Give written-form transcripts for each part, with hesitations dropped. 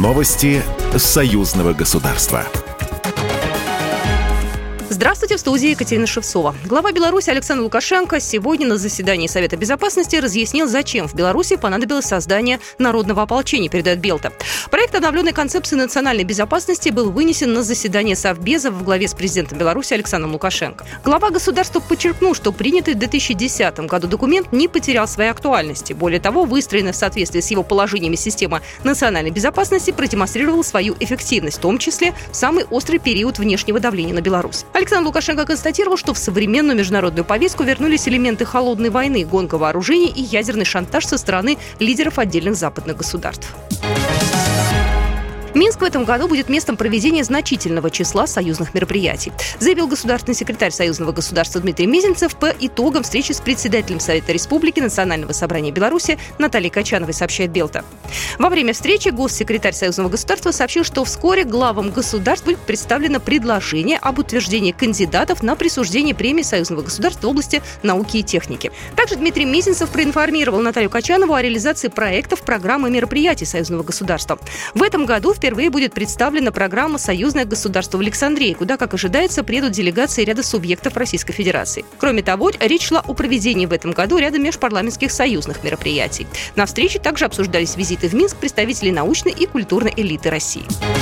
Новости союзного государства. Здравствуйте, в студии Екатерина Шевцова. Глава Беларуси Александр Лукашенко сегодня на заседании Совета Безопасности разъяснил, зачем в Беларуси понадобилось создание народного ополчения, передает Белта. Проект обновленной концепции национальной безопасности был вынесен на заседание Совбеза во главе с президентом Беларуси Александром Лукашенко. Глава государства подчеркнул, что принятый в 2010 году документ не потерял своей актуальности. Более того, выстроенная в соответствии с его положениями система национальной безопасности продемонстрировала свою эффективность, в том числе в самый острый период внешнего давления на Беларусь. Александр Лукашенко констатировал, что в современную международную повестку вернулись элементы холодной войны, гонка вооружений и ядерный шантаж со стороны лидеров отдельных западных государств. Минск в этом году будет местом проведения значительного числа союзных мероприятий, заявил государственный секретарь Союзного государства Дмитрий Мезенцев по итогам встречи с председателем Совета Республики Национального собрания Беларуси Натальей Качановой, сообщает Белта. Во время встречи госсекретарь Союзного государства сообщил, что вскоре главам государств будет представлено предложение об утверждении кандидатов на присуждение премии Союзного государства в области науки и техники. Также Дмитрий Мезенцев проинформировал Наталью Качанову о реализации проектов программы мероприятий Союзного государства. В этом году впервые будет представлена программа «Союзное государство» в Александрии, куда, как ожидается, приедут делегации ряда субъектов Российской Федерации. Кроме того, речь шла о проведении в этом году ряда межпарламентских союзных мероприятий. На встрече также обсуждались визиты в Минск представителей научной и культурной элиты России.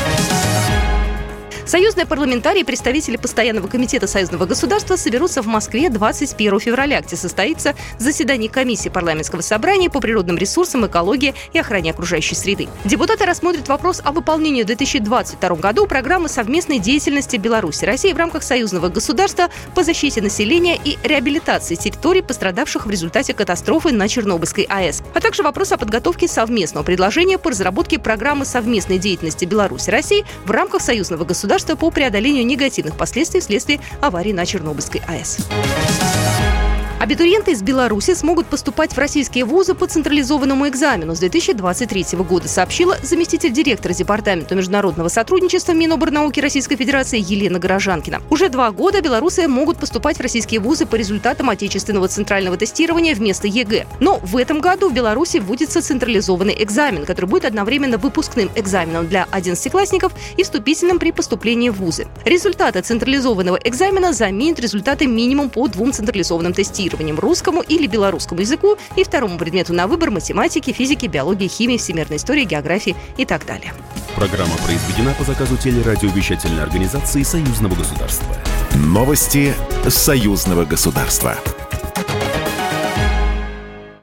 Союзные парламентарии и представители Постоянного комитета Союзного государства соберутся в Москве 21 февраля, где состоится заседание комиссии парламентского собрания по природным ресурсам, экологии и охране окружающей среды. Депутаты рассмотрят вопрос о выполнении в 2022 году программы совместной деятельности Беларуси и России в рамках Союзного государства по защите населения и реабилитации территорий, пострадавших в результате катастрофы на Чернобыльской АЭС, а также вопрос о подготовке совместного предложения по разработке программы совместной деятельности Беларуси и России в рамках Союзного государства по преодолению негативных последствий вследствие аварии на Чернобыльской АЭС. Абитуриенты из Беларуси смогут поступать в российские вузы по централизованному экзамену с 2023 года, сообщила заместитель директора Департамента международного сотрудничества Миноборнауки Российской Федерации Елена Горожанкина. Уже 2 года белорусы могут поступать в российские вузы по результатам отечественного центрального тестирования вместо ЕГЭ. Но в этом году в Беларуси вводится централизованный экзамен, который будет одновременно выпускным экзаменом для 11-классников и вступительным при поступлении в вузы. Результаты централизованного экзамена заменят результаты минимум по 2 централизованным тестированиям: русскому или белорусскому языку и второму предмету на выбор — математики, физики, биологии, химии, всемирной истории, географии и так далее. Программа произведена по заказу телерадиовещательной организации Союзного государства. Новости союзного государства.